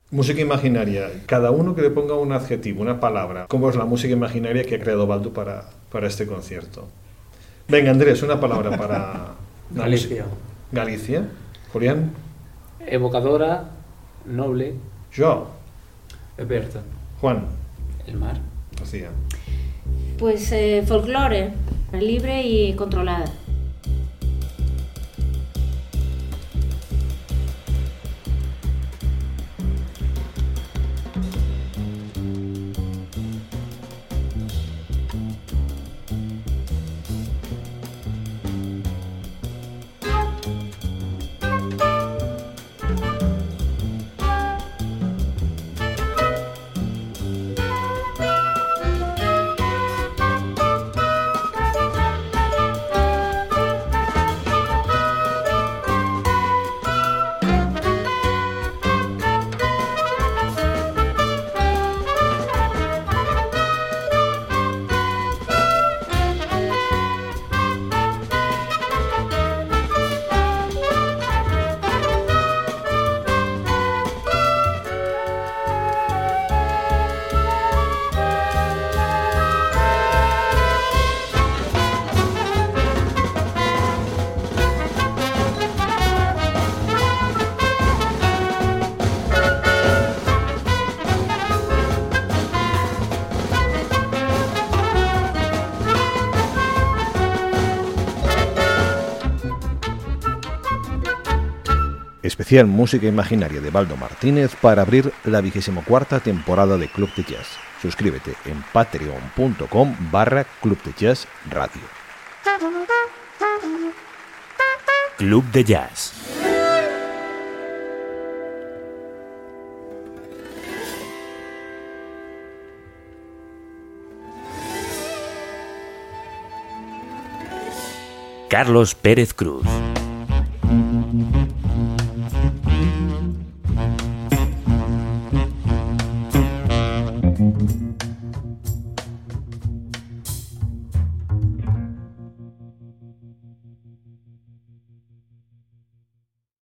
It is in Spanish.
Música imaginaria. Cada uno que le ponga un adjetivo, una palabra. ¿Cómo es la música imaginaria que ha creado Baldu para este concierto? Venga, Andrés, una palabra para... Galicia. Galicia. Julián. Evocadora, noble. Yo. Aberta. Juan. El mar. Rocía. Pues folclore, libre y controlada. Especial música imaginaria de Baldo Martínez para abrir la 24ª temporada de Club de Jazz. Suscríbete en patreon.com/Club de Jazz Radio. Club de Jazz. Carlos Pérez Cruz.